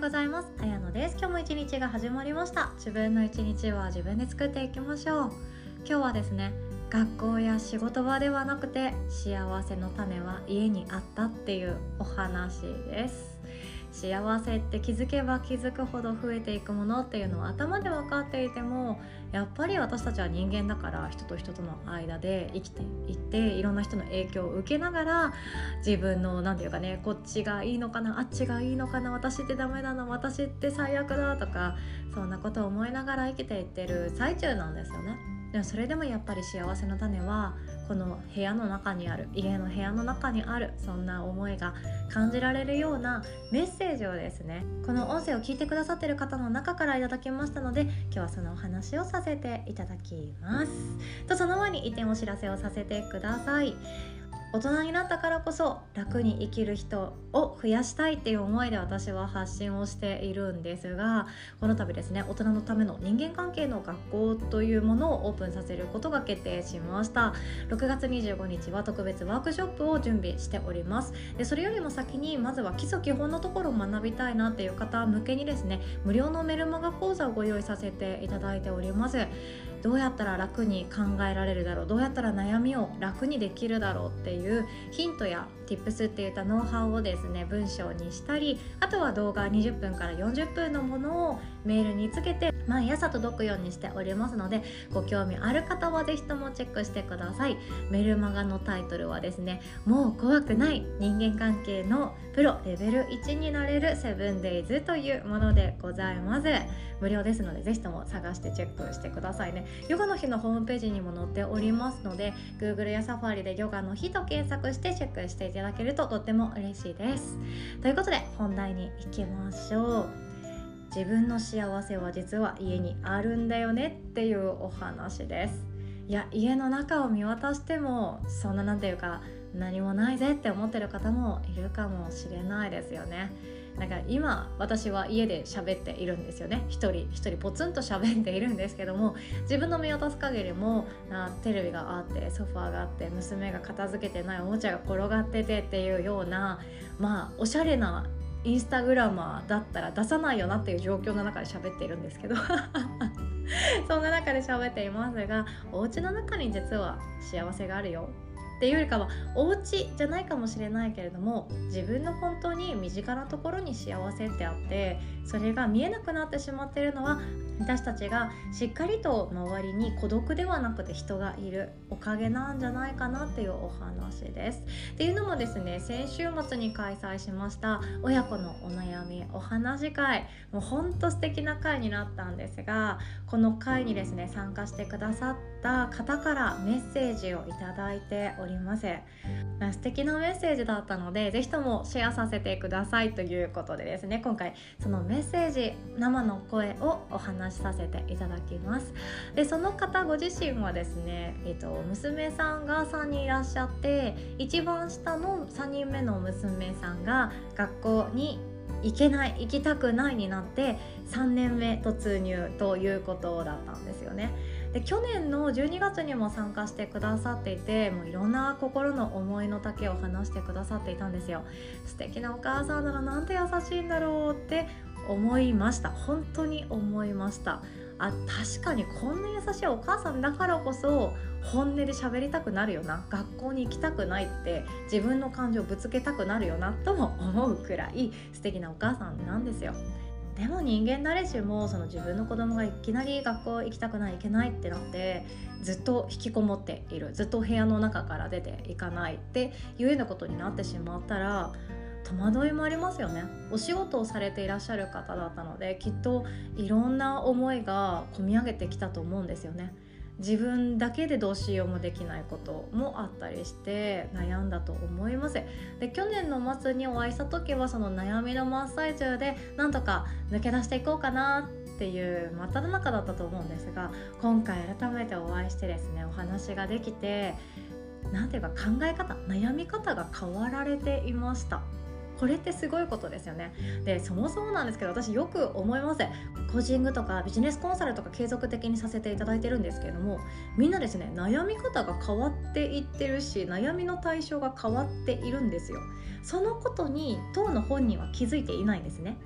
ございます。あやのです。今日も一日が始まりました。自分の一日は自分で作っていきましょう。今日はですね、学校や仕事場ではなくて幸せの種は家にあったっていうお話です。幸せって気づけば気づくほど増えていくものっていうのは頭で分かっていても、やっぱり私たちは人間だから、人と人との間で生きていっていろんな人の影響を受けながら、自分のなんていうかね、こっちがいいのかな、あっちがいいのかな、私ってダメだな、私って最悪だとか、そんなことを思いながら生きていってる最中なんですよね。でもそれでもやっぱり幸せの種はこの部屋の中にある、家の部屋の中にある。そんな思いが感じられるようなメッセージをですね、この音声を聞いてくださっている方の中からいただきましたので、今日はそのお話をさせていただきます。とその前に一点お知らせをさせてください。大人になったからこそ楽に生きる人を増やしたいっていう思いで私は発信をしているんですが、この度ですね、大人のための人間関係の学校というものをオープンさせることが決定しました。6月25日は特別ワークショップを準備しております。でそれよりも先にまずは基礎基本のところを学びたいなっていう方向けにですね、無料のメルマガ講座をご用意させていただいております。どうやったら楽に考えられるだろう、どうやったら悩みを楽にできるだろうっていうヒントや Tips っていったノウハウをですね、文章にしたり、あとは動画20分から40分のものをメールにつけて毎朝届くようにしておりますので、ご興味ある方はぜひともチェックしてください。メルマガのタイトルはですね、もう怖くない人間関係のプロレベル1になれる 7days というものでございます。無料ですのでぜひとも探してチェックしてくださいね。ヨガの日のホームページにも載っておりますので、 Google や Safari でヨガの日と検索してチェックしていただけるととっても嬉しいです。ということで本題に行きましょう。自分の幸せは実は家にあるんだよねっていうお話です。いや、家の中を見渡してもそんななんていうか何もないぜって思ってる方もいるかもしれないですよね。なんか今私は家で喋っているんですよね。一人ポツンと喋っているんですけども、自分の見渡す限りもテレビがあって、ソファーがあって、娘が片付けてないおもちゃが転がっててっていうような、おしゃれなインスタグラマーだったら出さないよなっていう状況の中で喋っているんですけどそんな中で喋っていますが、お家の中に実は幸せがあるよっていうよりかは、お家じゃないかもしれないけれども、自分の本当に身近なところに幸せってあって、それが見えなくなってしまっているのは、私たちがしっかりと周りに孤独ではなくて人がいるおかげなんじゃないかなっていうお話です。っていうのもですね、先週末に開催しました親子のお悩みお話会、もうほんと素敵な会になったんですが、この会にですね参加してくださった方からメッセージをいただいております。素敵なメッセージだったのでぜひともシェアさせてくださいということでですね、今回そのメッセージ、生の声をお話しさせていただきます。でその方ご自身はですね、娘さんが3人いらっしゃって、一番下の3人目の娘さんが学校に行けない、行きたくないになって3年目突入ということだったんですよね。で去年の12月にも参加してくださっていて、もういろんな心の思いの丈を話してくださっていたんですよ。素敵なお母さんだな、なんて優しいんだろうって思いました。本当に思いました。確かにこんな優しいお母さんだからこそ本音で喋りたくなるよな、学校に行きたくないって自分の感情をぶつけたくなるよなとも思うくらい素敵なお母さんなんですよ。でも人間誰しもその自分の子供がいきなり学校行きたくない、行けないってなってずっと引きこもっている、ずっと部屋の中から出ていかないっていうようなことになってしまったら戸惑いもありますよね。お仕事をされていらっしゃる方だったので、きっといろんな思いが込み上げてきたと思うんですよね。自分だけでどうしようもできないこともあったりして悩んだと思います。で去年の末にお会いした時はその悩みの真っ最中でなんとか抜け出していこうかなっていう真っ只中だったと思うんですが、今回改めてお会いしてですね、お話ができて、なんていうか考え方、悩み方が変わられていました。これってすごいことですよね。でそもそもなんですけど、私よく思います。コーチングとかビジネスコンサルとか継続的にさせていただいてるんですけれども、みんなですね悩み方が変わっていってるし、悩みの対象が変わっているんですよ。そのことに当の本人は気づいていないんですね。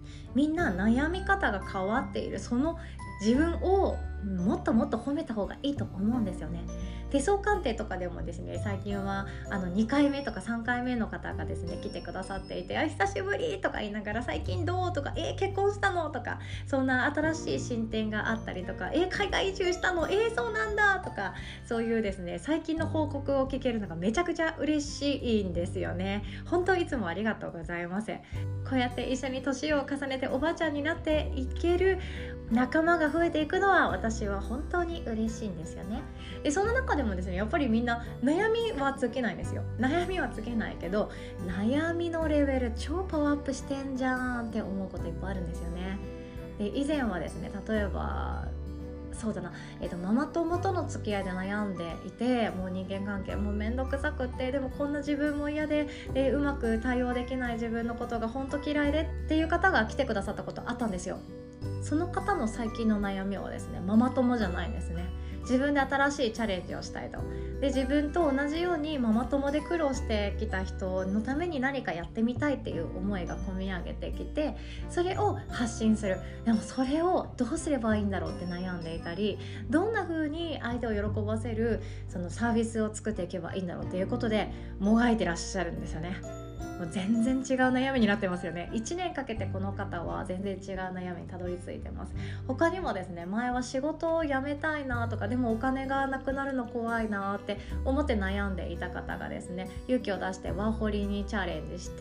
みんな悩み方が変わっている、その自分をもっともっと褒めた方がいいと思うんですよね。手相鑑定とかでもですね、最近は2回目とか3回目の方がですね来てくださっていて、久しぶりとか言いながら、最近どうとか、結婚したのとか、そんな新しい進展があったりとか、海外移住したの、そうなんだとか、そういうですね最近の報告を聞けるのがめちゃくちゃ嬉しいんですよね。本当いつもありがとうございます。こうやって一緒に年を重ねておばあちゃんになっていける仲間が増えていくのは、私は本当に嬉しいんですよね。でその中でもですね、やっぱりみんな悩みはつけないんですよ。悩みはつけないけど、悩みのレベル超パワーアップしてんじゃんって思うこといっぱいあるんですよね。で以前はですね、例えばそうだな、ママ友との付き合いで悩んでいて、もう人間関係もうめんどくさくって、でもこんな自分も嫌で、うまく対応できない自分のことが本当嫌いでっていう方が来てくださったことあったんですよ。その方の最近の悩みはですね、ママ友じゃないんですね。自分で新しいチャレンジをしたいと。で自分と同じようにママ友で苦労してきた人のために何かやってみたいっていう思いが込み上げてきて、それを発信する。でもそれをどうすればいいんだろうって悩んでいたり、どんな風に相手を喜ばせるそのサービスを作っていけばいいんだろうっていうことでもがいてらっしゃるんですよね。もう全然違う悩みになってますよね。1年かけてこの方は全然違う悩みにたどり着いてます。他にもですね、前は仕事を辞めたいなとか、でもお金がなくなるの怖いなって思って悩んでいた方がですね、勇気を出してワーホリにチャレンジして、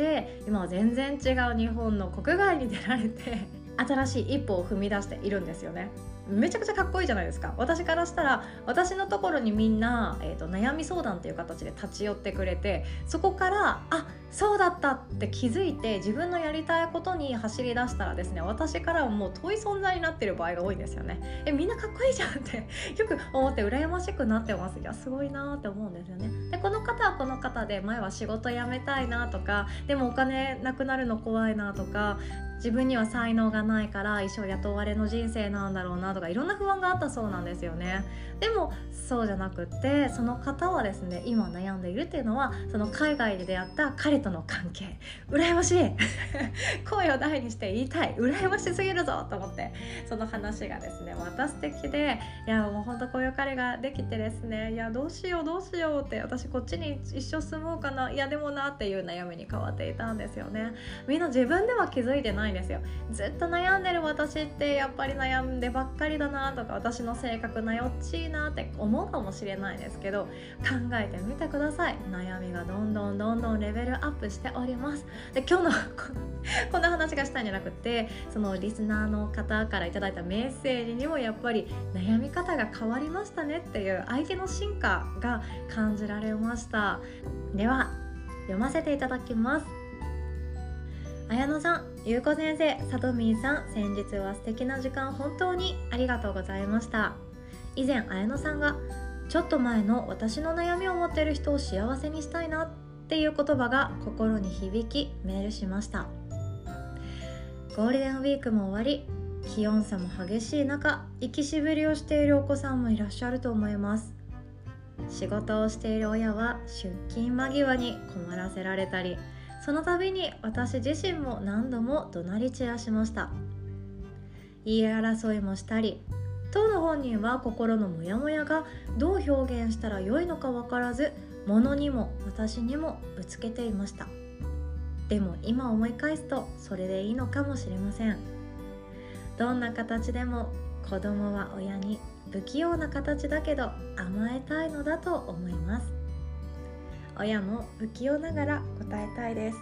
今は全然違う日本の国外に出られて新しい一歩を踏み出しているんですよね。めちゃくちゃかっこいいじゃないですか。私からしたら、私のところにみんな、悩み相談っていう形で立ち寄ってくれて、そこからそうだったって気づいて自分のやりたいことに走り出したらですね、私からはもう遠い存在になってる場合が多いんですよね。みんなかっこいいじゃんってよく思って羨ましくなってます。いやすごいなって思うんですよね。でこの方はこの方で、前は仕事辞めたいなとか、でもお金なくなるの怖いなとか、自分には才能がないから一生雇われの人生なんだろうなとか、いろんな不安があったそうなんですよね。でもそうじゃなくって、その方はですね、今悩んでいるっていうのは、その海外で出会った彼との関係、羨ましい声を大にして言いたい、羨ましすぎるぞと思って、その話がですねまた素敵で、いやもう本当こういう彼ができてですね、いやどうしようって、私こっちに一生住もうかな、いやでもなっていう悩みに変わっていたんですよね。みんな自分では気づいてないんですよ。ずっと悩んでる私ってやっぱり悩んでばっかりだなとか、私の性格なよっちいなって思うかもしれないですけど、考えてみてください。悩みがどんどんレベルアップしております。で今日のこんな話がしたいんじゃなくて、そのリスナーの方からいただいたメッセージにもやっぱり悩み方が変わりましたねっていう相手の進化が感じられました。では読ませていただきます。綾乃さん、ゆうこ先生、さとみんさん、先日は素敵な時間本当にありがとうございました。以前綾乃さんがちょっと前の私の悩みを持っている人を幸せにしたいなっていう言葉が心に響きメールしました。ゴールデンウィークも終わり、気温差も激しい中、生きしぶりをしているお子さんもいらっしゃると思います。仕事をしている親は出勤間際に困らせられたり、その度に私自身も何度も怒鳴り散らしました。言い争いもしたり、当の本人は心のモヤモヤがどう表現したらよいのか分からず、物にも私にもぶつけていました。でも今思い返すとそれでいいのかもしれません。どんな形でも子供は親に不器用な形だけど甘えたいのだと思います。親も不器用ながら答えたいです。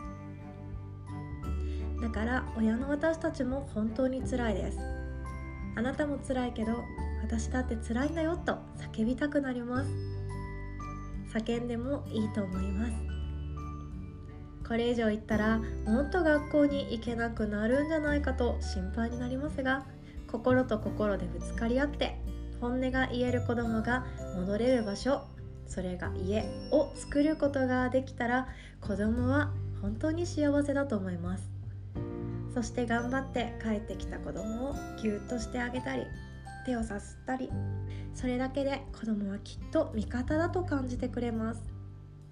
だから親の私たちも本当に辛いです。あなたも辛いけど私だって辛いんだよと叫びたくなります。叫んでもいいと思います。これ以上言ったらもっと学校に行けなくなるんじゃないかと心配になりますが、心と心でぶつかり合って本音が言える子供が戻れる場所、それが家を作ることができたら、子供は本当に幸せだと思います。そして頑張って帰ってきた子供をぎゅっとしてあげたり、手をさすったり、それだけで子供はきっと味方だと感じてくれます。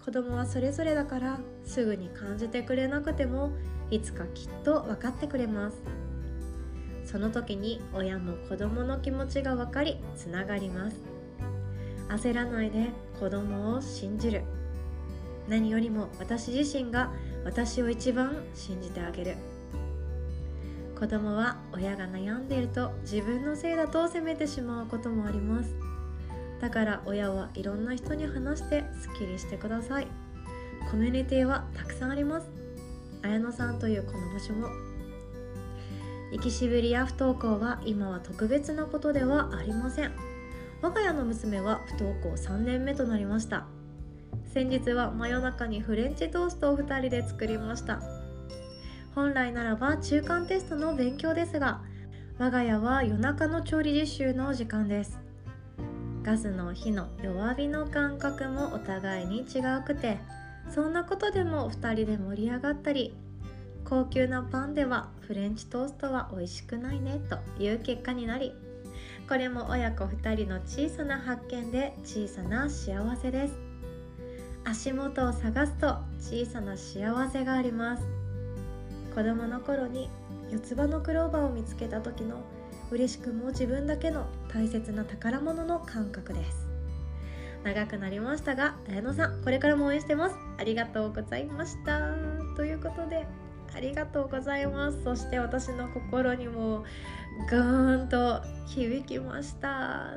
子供はそれぞれだから、すぐに感じてくれなくてもいつかきっと分かってくれます。その時に親も子供の気持ちが分かり、つながります。焦らないで子供を信じる。何よりも私自身が私を一番信じてあげる。子供は親が悩んでいると自分のせいだと責めてしまうこともあります。だから親はいろんな人に話してスッキリしてください。コミュニティはたくさんあります。綾乃さんというこの場所も。生きしぶりや不登校は今は特別なことではありません。我が家の娘は不登校3年目となりました。先日は真夜中にフレンチトーストを2人で作りました。本来ならば中間テストの勉強ですが、我が家は夜中の調理実習の時間です。ガスの火の弱火の感覚もお互いに違うくて、そんなことでも2人で盛り上がったり、高級なパンではフレンチトーストは美味しくないねという結果になり、これも親子2人の小さな発見で小さな幸せです。足元を探すと小さな幸せがあります。子供の頃に四つ葉のクローバーを見つけた時の嬉しくも自分だけの大切な宝物の感覚です。長くなりましたが、綾乃さんこれからも応援してます。ありがとうございました。ということで、ありがとうございます。そして私の心にもガーンと響きました。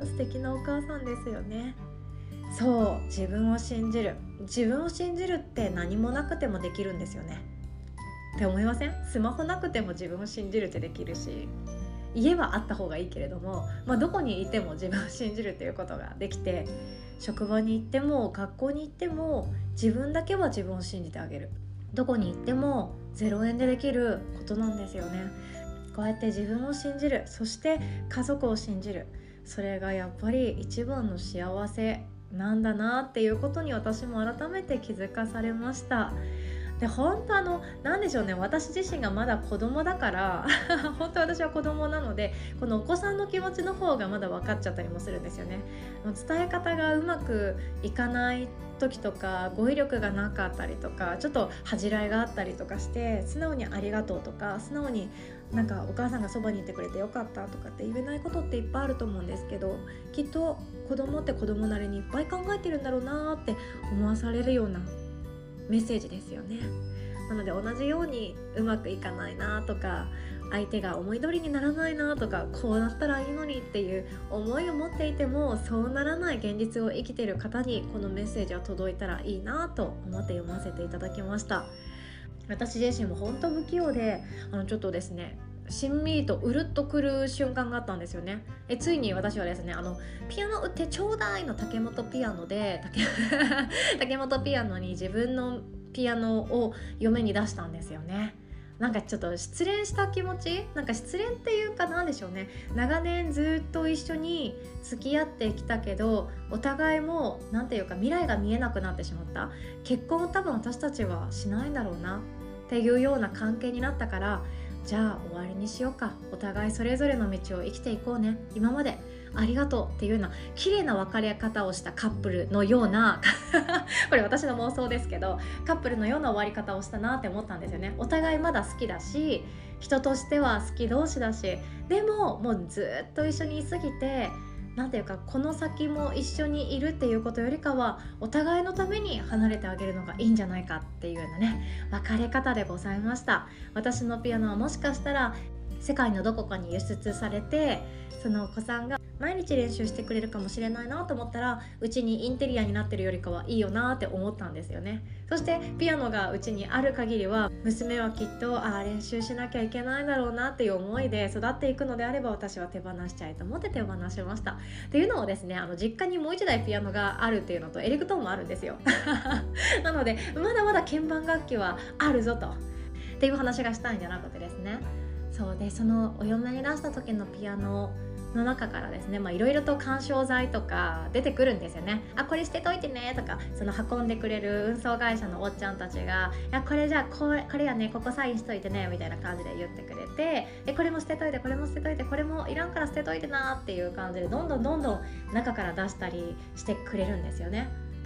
素敵なお母さんですよね。そう、自分を信じる。自分を信じるって何もなくてもできるんですよねって思いません？スマホなくても自分を信じるってできるし、家はあった方がいいけれども、どこにいても自分を信じるっていうことができて、職場に行っても学校に行っても自分だけは自分を信じてあげる。どこに行っても0円でできることなんですよね。こうやって自分を信じる、そして家族を信じる、それがやっぱり一番の幸せなんだなっていうことに私も改めて気づかされました。で、本当なんでしょうね、私自身がまだ子供だから本当私は子供なので、このお子さんの気持ちの方がまだ分かっちゃったりもするんですよね。伝え方がうまくいかない時とか、語彙力がなかったりとか、ちょっと恥じらいがあったりとかして、素直にありがとうとか、素直にお母さんがそばにいてくれてよかったとかって言えないことっていっぱいあると思うんですけど、きっと子供って子供なりにいっぱい考えてるんだろうなって思わされるようなメッセージですよね。なので同じようにうまくいかないなとか、相手が思い通りにならないなとか、こうなったらいいのにっていう思いを持っていても、そうならない現実を生きている方にこのメッセージが届いたらいいなと思って読ませていただきました。私自身も本当不器用で、ちょっとですね、しんみりとうるっとくる瞬間があったんですよね。ついに私はですね、ピアノ売ってちょうだいの竹本ピアノで竹本ピアノに自分のピアノを嫁に出したんですよね。ちょっと失恋した気持ち、失恋っていうかなんでしょうね、長年ずっと一緒に付き合ってきたけど、お互いも未来が見えなくなってしまった。結婚を多分私たちはしないんだろうなっていうような関係になったから、じゃあ終わりにしようか、お互いそれぞれの道を生きていこうね、今までありがとうっていうような綺麗な別れ方をしたカップルのようなこれ私の妄想ですけど、カップルのような終わり方をしたなって思ったんですよね。お互いまだ好きだし、人としては好き同士だし、でももうずっと一緒にいすぎて、この先も一緒にいるっていうことよりかは、お互いのために離れてあげるのがいいんじゃないかっていうようなね、別れ方でございました。私のピアノはもしかしたら世界のどこかに輸出されて、そのお子さんが毎日練習してくれるかもしれないなと思ったら、うちにインテリアになってるよりかはいいよなって思ったんですよね。そしてピアノがうちにある限りは、娘はきっと練習しなきゃいけないだろうなっていう思いで育っていくのであれば、私は手放しちゃいと思って手放しましたっていうのをですね、実家にもう一台ピアノがあるっていうのとエレクトーンもあるんですよなのでまだまだ鍵盤楽器はあるぞとっていう話がしたいんじゃなくてですね、そうで、そのお嫁に出した時のピアノの中からですね、いろいろと緩衝材とか出てくるんですよね。これ捨てといてねとか、その運んでくれる運送会社のおっちゃんたちが、これじゃあこれやね、ここサインしといてねみたいな感じで言ってくれて、これも捨てといて、これも捨てといて、これもいらんから捨てといてなっていう感じで、どんどん中から出したりしてくれるんですよね。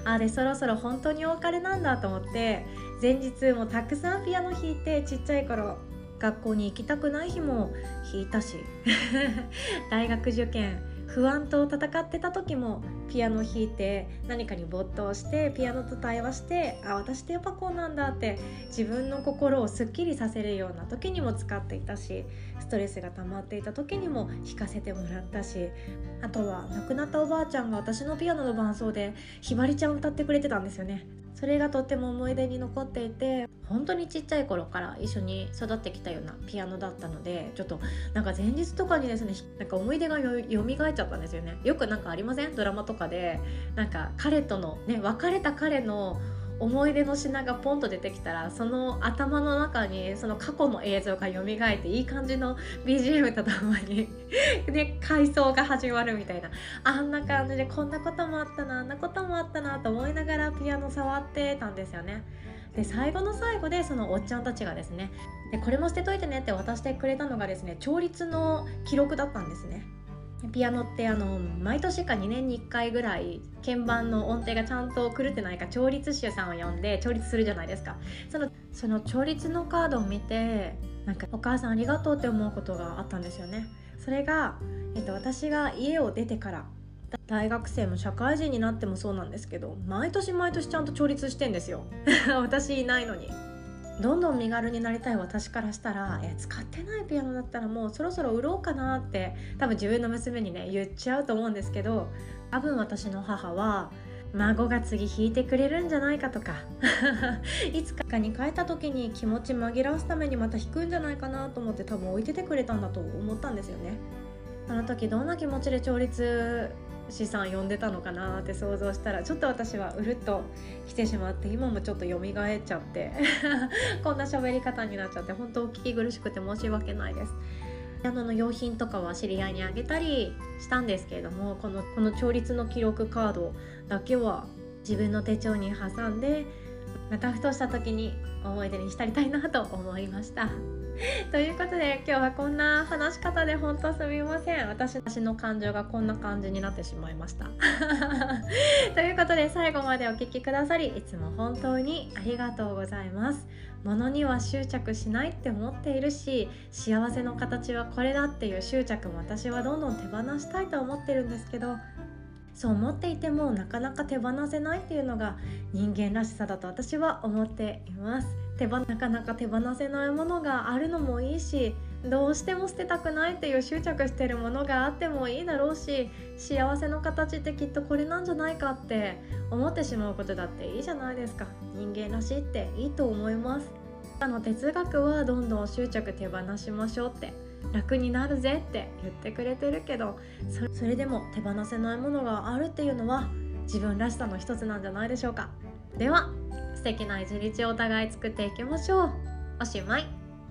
でそろそろ本当にお別れなんだと思って、前日もたくさんピアノ弾いて、ちっちゃい頃学校に行きたくない日も弾いたし大学受験不安と戦ってた時もピアノ弾いて、何かに没頭してピアノと対話して、私ってやっぱこうなんだって自分の心をすっきりさせるような時にも使っていたし、ストレスが溜まっていた時にも弾かせてもらったし、あとは亡くなったおばあちゃんが私のピアノの伴奏でひばりちゃんを歌ってくれてたんですよね。それがとっても思い出に残っていて、本当にちっちゃい頃から一緒に育ってきたようなピアノだったので、ちょっとなんか前日とかにですね、なんか思い出が蘇っちゃったんですよね。よくなんかありません？ドラマとかでなんか彼とのね、別れた彼の思い出の品がポンと出てきたら、その頭の中にその過去の映像が蘇っていい感じの BGM とともにで回想が始まるみたいな、あんな感じで、こんなこともあったな、あんなこともあったなと思いながらピアノ触ってたんですよね。で最後の最後でそのおっちゃんたちがですね、でこれも捨てといてねって渡してくれたのがですね、調律の記録だったんですね。ピアノって毎年か2年に1回ぐらい鍵盤の音程がちゃんと狂ってないか調律師さんを呼んで調律するじゃないですか。その調律のカードを見て、なんかお母さんありがとうって思うことがあったんですよね。それが、私が家を出てから大学生も社会人になってもそうなんですけど、毎年ちゃんと調律してんですよ私いないのに。どんどん身軽になりたい私からしたら、使ってないピアノだったらもうそろそろ売ろうかなって多分自分の娘にね言っちゃうと思うんですけど、多分私の母は孫が次弾いてくれるんじゃないかとかいつかに帰った時に気持ち紛らわすためにまた弾くんじゃないかなと思って、多分置いててくれたんだと思ったんですよね。あの時どんな気持ちで調律師さん呼んでたのかなって想像したら、ちょっと私はうるっと来てしまって、今もちょっと蘇っちゃってこんな喋り方になっちゃって、本当聞き苦しくて申し訳ないです。ピアノの用品とかは知り合いにあげたりしたんですけれども、この調律の記録カードだけは自分の手帳に挟んで、またふとした時に思い出に浸りたいなと思いましたということで、今日はこんな話し方で本当すみません。私の感情がこんな感じになってしまいましたということで、最後までお聞きくださりいつも本当にありがとうございます。物には執着しないって思っているし、幸せの形はこれだっていう執着も私はどんどん手放したいと思ってるんですけど、そう思っていてもなかなか手放せないっていうのが人間らしさだと私は思っています。なかなか手放せないものがあるのもいいし、どうしても捨てたくないっていう執着してるものがあってもいいだろうし、幸せの形ってきっとこれなんじゃないかって思ってしまうことだっていいじゃないですか。人間らしいっていいと思います。哲学はどんどん執着手放しましょうって、楽になるぜって言ってくれてるけど、それでも手放せないものがあるっていうのは自分らしさの一つなんじゃないでしょうか。では素敵な一日をお互い作っていきましょう。おしまい。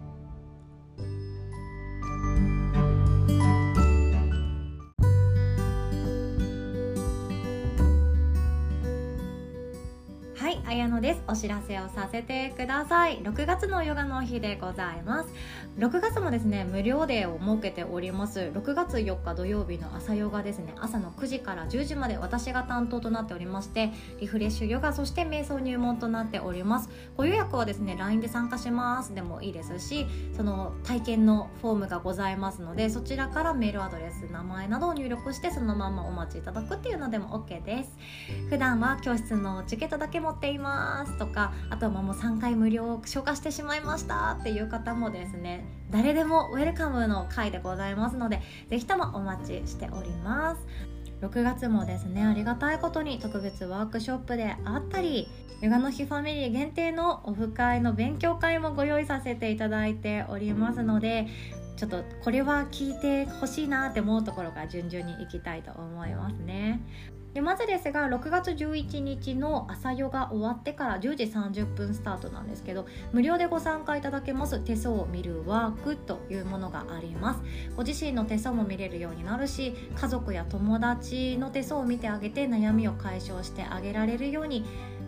綾乃です。お知らせをさせてください。6月のヨガの日でございます。6月もですね、無料デーを設けております。6月4日土曜日の朝ヨガですね、朝の9時から10時まで私が担当となっておりまして、リフレッシュヨガ、そして瞑想入門となっております。ご予約はですね、 LINE で参加しますでもいいですし、その体験のフォームがございますので、そちらからメールアドレス、名前などを入力してそのままお待ちいただくっていうのでも OK です。普段は教室のチケットだけ持っていますとか、あとはもう3回無料消化してしまいましたっていう方もですね、誰でもウェルカムの回でございますので、ぜひともお待ちしております。6月もですね、ありがたいことに特別ワークショップであったり、ヨガの日ファミリー限定のオフ会の勉強会もご用意させていただいておりますので、ちょっとこれは聞いてほしいなって思うところから順々にいきたいと思いますね。でまずですが、6月11日の朝ヨガ終わってから10時30分スタートなんですけど、無料でご参加いただけます手相を見るワークというものがあります。ご自身の手相も見れるようになるし、家族や友達の手相を見てあげて悩みを解消してあげられるように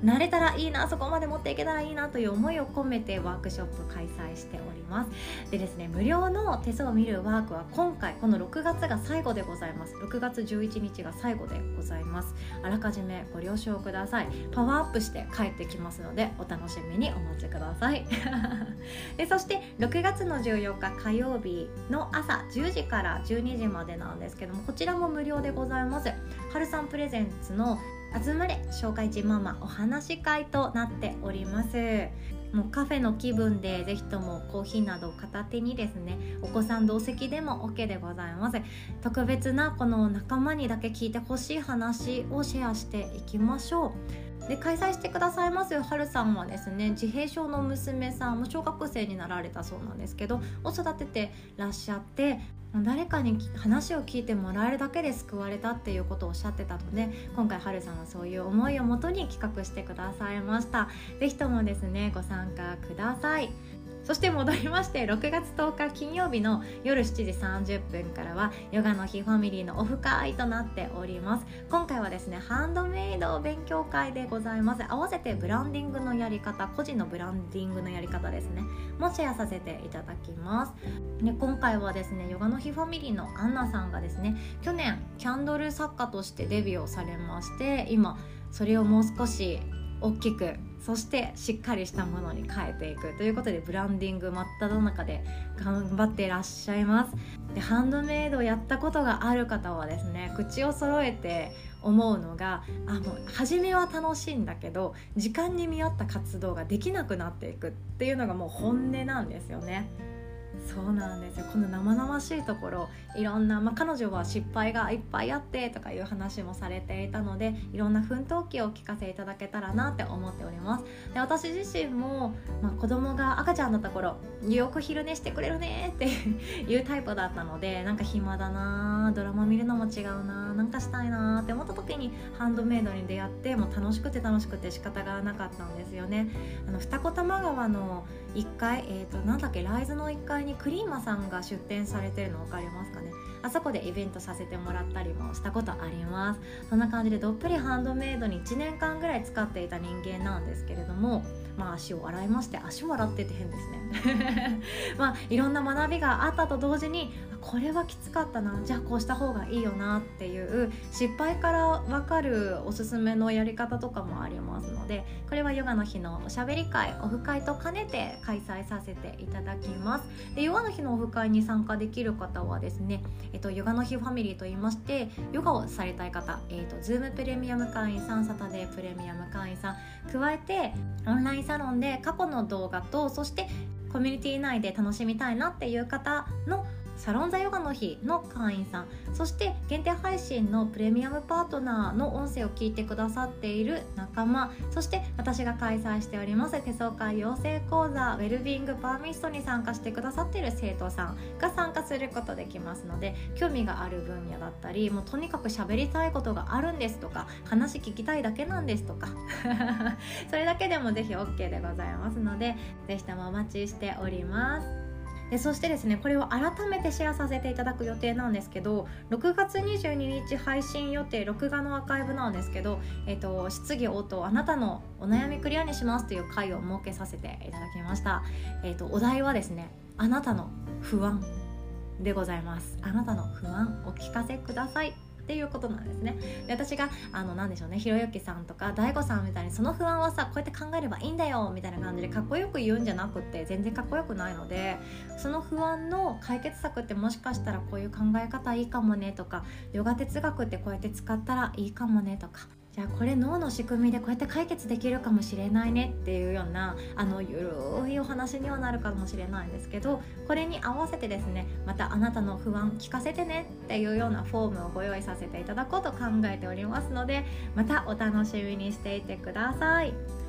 なれたらいいな、そこまで持っていけたらいいなという思いを込めてワークショップ開催しております。でですね、無料の手相を見るワークは今回この6月が最後でございます。6月11日が最後でございます。あらかじめご了承ください。パワーアップして帰ってきますのでお楽しみにお待ちくださいでそして6月の14日火曜日の朝10時から12時までなんですけども、こちらも無料でございます。はるさんプレゼンツの集まれ紹介人ママお話し会となっております。もうカフェの気分でぜひともコーヒーなどを片手にですね、お子さん同席でも OK でございます。特別なこの仲間にだけ聞いてほしい話をシェアしていきましょう。で開催してくださいますはるさんはですね、自閉症の娘さんも小学生になられたそうなんですけどを育ててらっしゃって、誰かに話を聞いてもらえるだけで救われたっていうことをおっしゃってたので、今回はるさんはそういう思いをもとに企画してくださいました。ぜひともですねご参加ください。そして戻りまして、6月10日金曜日の夜7時30分からはヨガの日ファミリーのオフ会となっております。今回はですねハンドメイド勉強会でございます。合わせてブランディングのやり方、個人のブランディングのやり方ですねもシェアさせていただきます。で今回はですねヨガの日ファミリーのアンナさんがですね、去年キャンドル作家としてデビューをされまして、今それをもう少し大きく、そしてしっかりしたものに変えていくということで、ブランディング真っ只中で頑張っていらっしゃいます。でハンドメイドをやったことがある方はですね、口を揃えて思うのが、もう初めは楽しいんだけど時間に見合った活動ができなくなっていくっていうのがもう本音なんですよね。そうなんですよ。この生々しいところ、いろんな、彼女は失敗がいっぱいあってとかいう話もされていたので、いろんな奮闘記をお聞かせいただけたらなって思っております。で私自身も、子供が赤ちゃんだった頃よく昼寝してくれるねっていうタイプだったので、なんか暇だな、ドラマ見るのも違うな、なんかしたいなって思った時にハンドメイドに出会って、もう楽しくて仕方がなかったんですよね。二子玉川の1階、ライズの1階にクリーマさんが出店されてるの分かりますかね。あそこでイベントさせてもらったりもしたことあります。そんな感じでどっぷりハンドメイドに1年間ぐらい使っていた人間なんですけれども、足を洗いまして、足を洗ってって変ですねいろんな学びがあったと同時に、これはきつかったな、じゃあこうした方がいいよなっていう失敗から分かるおすすめのやり方とかもありますので、これはヨガの日のおしゃべり会、オフ会と兼ねて開催させていただきます。でヨガの日のオフ会に参加できる方はですね、ヨガの日ファミリーといいまして、ヨガをされたい方、Zoom プレミアム会員さん、サタデープレミアム会員さん加えて、オンラインサロンで過去の動画と、そしてコミュニティ内で楽しみたいなっていう方のサロンザヨガの日の会員さん、そして限定配信のプレミアムパートナーの音声を聞いてくださっている仲間、そして私が開催しております手相会養成講座ウェルビーイングパーミストに参加してくださっている生徒さんが参加することできますので、興味がある分野だったり、もうとにかく喋りたいことがあるんですとか、話聞きたいだけなんですとかそれだけでもぜひ OK でございますので、ぜひともお待ちしております。でそしてですね、これを改めてシェアさせていただく予定なんですけど、6月22日配信予定、録画のアーカイブなんですけど、質疑応答、あなたのお悩みクリアにしますという回を設けさせていただきました。お題はですね、あなたの不安でございます。あなたの不安お聞かせくださいっていうことなんですね。で私がなんでしょうね、ひろゆきさんとか大悟さんみたいに、その不安はさこうやって考えればいいんだよみたいな感じでかっこよく言うんじゃなくって、全然かっこよくないので、その不安の解決策ってもしかしたらこういう考え方いいかもねとか、ヨガ哲学ってこうやって使ったらいいかもねとか、じゃあこれ脳の仕組みでこうやって解決できるかもしれないねっていうようなゆるいお話にはなるかもしれないんですけど、これに合わせてですね、またあなたの不安聞かせてねっていうようなフォームをご用意させていただこうと考えておりますので、またお楽しみにしていてください。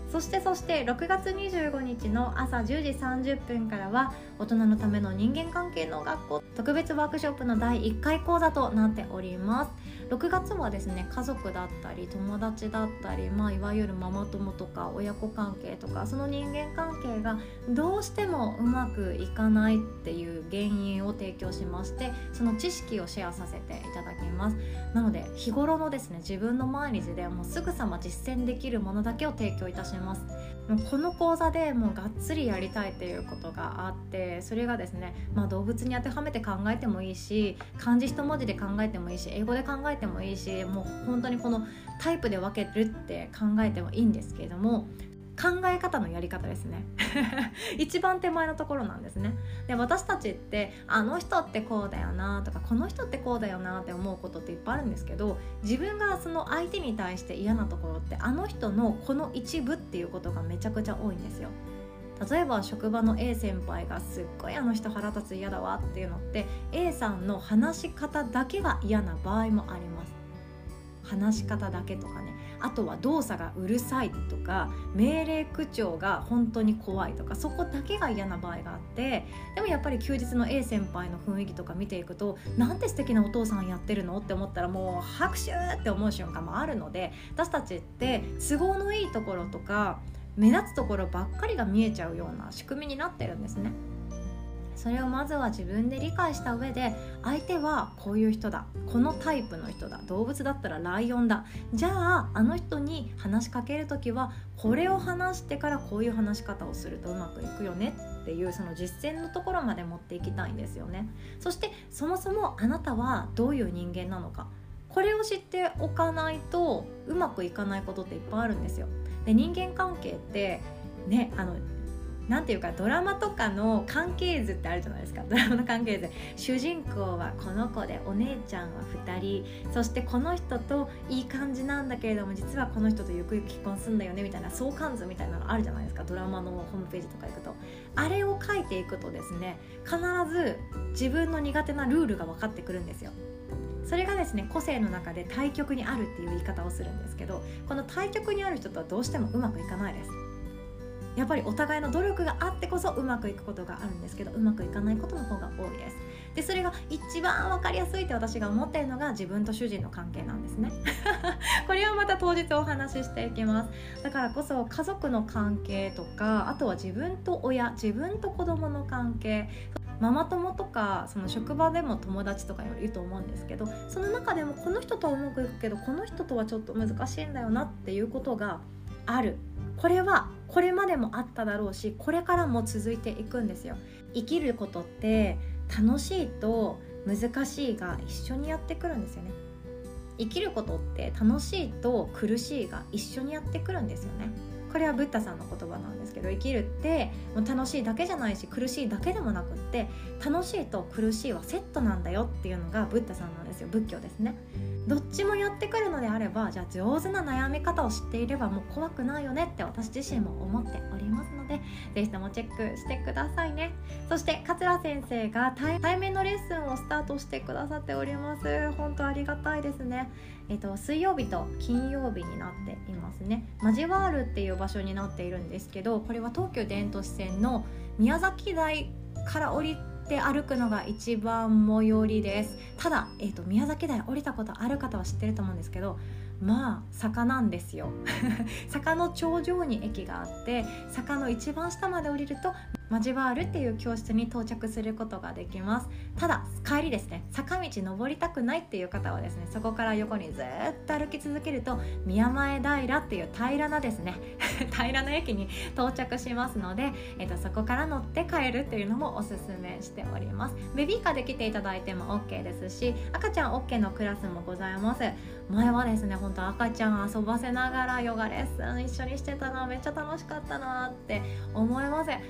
そして6月25日の朝10時30分からは大人のための人間関係の学校特別ワークショップの第1回講座となっております。6月はですね、家族だったり友達だったり、いわゆるママ友とか親子関係とか、その人間関係がどうしてもうまくいかないっていう原因を提供しまして、その知識をシェアさせていただきます。なので日頃のですね、自分の毎日でもうすぐさま実践できるものだけを提供いたします。もうこの講座でもうがっつりやりたいっていうことがあって、それがですね、動物に当てはめて考えてもいいし、漢字一文字で考えてもいいし、英語で考えてもいいし、もう本当にこのタイプで分けるって考えてもいいんですけれども、考え方のやり方ですね一番手前のところなんですね。で、私たちってあの人ってこうだよなとか、この人ってこうだよなって思うことっていっぱいあるんですけど、自分がその相手に対して嫌なところってあの人のこの一部っていうことがめちゃくちゃ多いんですよ。例えば職場の A 先輩がすっごいあの人腹立つ嫌だわっていうのって A さんの話し方だけが嫌な場合もあります。話し方だけとかね、あとは動作がうるさいとか命令口調が本当に怖いとか、そこだけが嫌な場合があって、でもやっぱり休日の A 先輩の雰囲気とか見ていくと、なんて素敵なお父さんやってるのって思ったらもう拍手って思う瞬間もあるので、私たちって都合のいいところとか目立つところばっかりが見えちゃうような仕組みになってるんですね。それをまずは自分で理解した上で、相手はこういう人だ、このタイプの人だ、動物だったらライオンだ、じゃああの人に話しかけるときはこれを話してからこういう話し方をするとうまくいくよねっていう、その実践のところまで持っていきたいんですよね。そしてそもそもあなたはどういう人間なのか、これを知っておかないとうまくいかないことっていっぱいあるんですよ。で、人間関係ってね、なんていうか、ドラマとかの関係図ってあるじゃないですか。ドラマの関係図、主人公はこの子でお姉ちゃんは2人、そしてこの人といい感じなんだけれども実はこの人とゆくゆく結婚するんだよねみたいな相関図みたいなのあるじゃないですか。ドラマのホームページとか行くと、あれを書いていくとですね、必ず自分の苦手なルールが分かってくるんですよ。それがですね、個性の中で対極にあるっていう言い方をするんですけど、この対極にある人とはどうしてもうまくいかないです。やっぱりお互いの努力があってこそうまくいくことがあるんですけど、うまくいかないことの方が多いです。で、それが一番分かりやすいって私が思っているのが自分と主人の関係なんですねこれはまた当日お話ししていきます。だからこそ家族の関係とか、あとは自分と親、自分と子供の関係、ママ友とか、その職場でも友達とかいると思うんですけど、その中でもこの人とはうまくいくけどこの人とはちょっと難しいんだよなっていうことがある。これはこれまでもあっただろうし、これからも続いていくんですよ。生きることって楽しいと難しいが一緒にやってくるんですよね。生きることって楽しいと苦しいが一緒にやってくるんですよね。これはブッダさんの言葉なんですけど、生きるってもう楽しいだけじゃないし苦しいだけでもなくって、楽しいと苦しいはセットなんだよっていうのがブッダさんなんですよ。仏教ですね。どっちもやってくるのであれば、じゃあ上手な悩み方を知っていればもう怖くないよねって私自身も思っておりますので、ぜひともチェックしてくださいね。そして桂先生が対面のレッスンをスタートしてくださっております。本当ありがたいですね。水曜日と金曜日になっていますね。マジワールっていう場所になっているんですけど、これは東急電都市線の宮崎台から降りて歩くのが一番最寄りです。ただ、宮崎台降りたことある方は知ってると思うんですけど、坂なんですよ坂の頂上に駅があって、坂の一番下まで降りるとマジワールっていう教室に到着することができます。ただ帰りですね、坂道登りたくないっていう方はですね、そこから横にずっと歩き続けると宮前平っていう平らなですね平らな駅に到着しますので、そこから乗って帰るっていうのもおすすめしております。ベビーカーで来ていただいても OK ですし、赤ちゃん OK のクラスもございます。前はですね、本当赤ちゃん遊ばせながらヨガレッスン一緒にしてたな、めっちゃ楽しかったなって思います。お母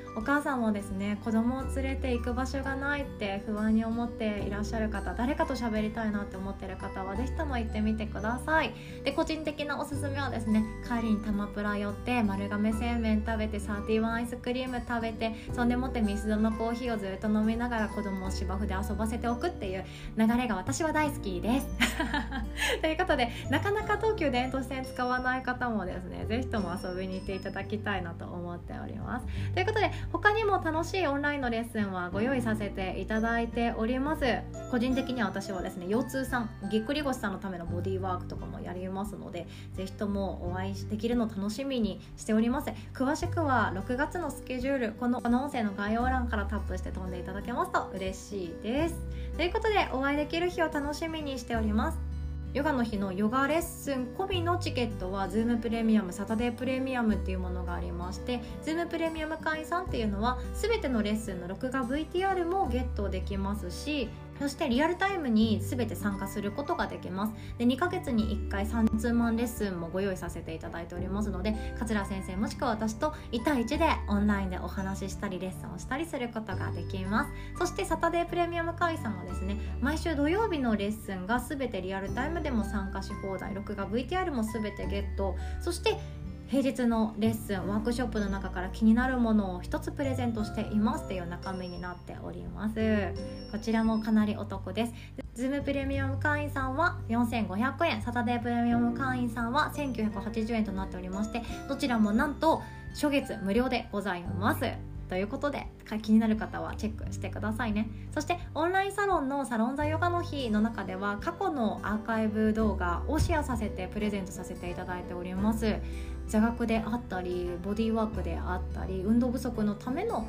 さんもですね、子供を連れて行く場所がないって不安に思っていらっしゃる方、誰かと喋りたいなって思ってる方はぜひとも行ってみてください。で、個人的なおすすめはですね、帰りにタマプラ寄って丸亀製麺食べてサーティワンアイスクリーム食べて、そんでもってミスドのコーヒーをずっと飲みながら子供を芝生で遊ばせておくっていう流れが私は大好きですということで、なかなか東急電都市線使わない方もですね、ぜひとも遊びに行っていただきたいなと思っております。ということで、他にも楽しいオンラインのレッスンはご用意させていただいております。個人的には私はですね、腰痛さん、ぎっくり腰さんのためのボディーワークとかもやりますので、ぜひともお会いできるのを楽しみにしております。詳しくは6月のスケジュール、この音声の概要欄からタップして飛んでいただけますと嬉しいです。ということで、お会いできる日を楽しみにしております。ヨガの日のヨガレッスン込みのチケットは Zoom プレミアム、サタデープレミアムっていうものがありまして、 Zoom プレミアム会員さんっていうのは全てのレッスンの録画 VTR もゲットできますし、そしてリアルタイムに全て参加することができます。で、2ヶ月に1回3ツーマンレッスンもご用意させていただいておりますので、桂先生もしくは私と1対1でオンラインでお話ししたりレッスンをしたりすることができます。そしてサタデープレミアム会員さんはですね、毎週土曜日のレッスンが全てリアルタイムでも参加し放題、録画 VTR も全てゲット、そして平日のレッスン、ワークショップの中から気になるものを一つプレゼントしていますという中身になっております。こちらもかなりお得です。Zoom プレミアム会員さんは4500円、サタデープレミアム会員さんは1980円となっておりまして、どちらもなんと初月無料でございますということで、気になる方はチェックしてくださいね。そしてオンラインサロンのサロンザヨガの日の中では、過去のアーカイブ動画をシェアさせてプレゼントさせていただいております。座学であったり、ボディーワークであったり、運動不足の方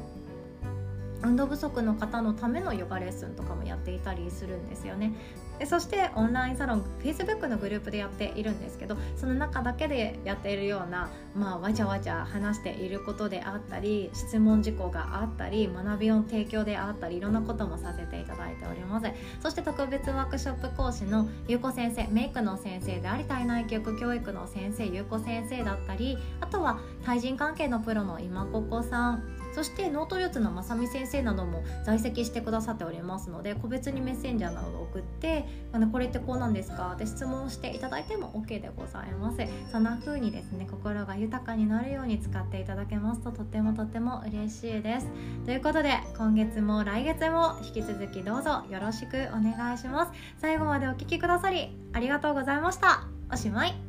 のためのヨガレッスンとかもやっていたりするんですよね。で、そしてオンラインサロン Facebook のグループでやっているんですけど、その中だけでやっているような、わちゃわちゃ話していることであったり、質問事項があったり、学びの提供であったり、いろんなこともさせていただいております。そして特別ワークショップ講師のゆうこ先生、メイクの先生であり、体内記憶教育の先生ゆうこ先生だったり、あとは対人関係のプロの今ここさん、そしてノート術のまさみ先生なども在籍してくださっておりますので、個別にメッセンジャーなどを送って、これってこうなんですかって質問していただいても OK でございます。そんな風にですね、心が豊かになるように使っていただけますととても嬉しいです。ということで、今月も来月も引き続きどうぞよろしくお願いします。最後までお聞きくださりありがとうございました。おしまい。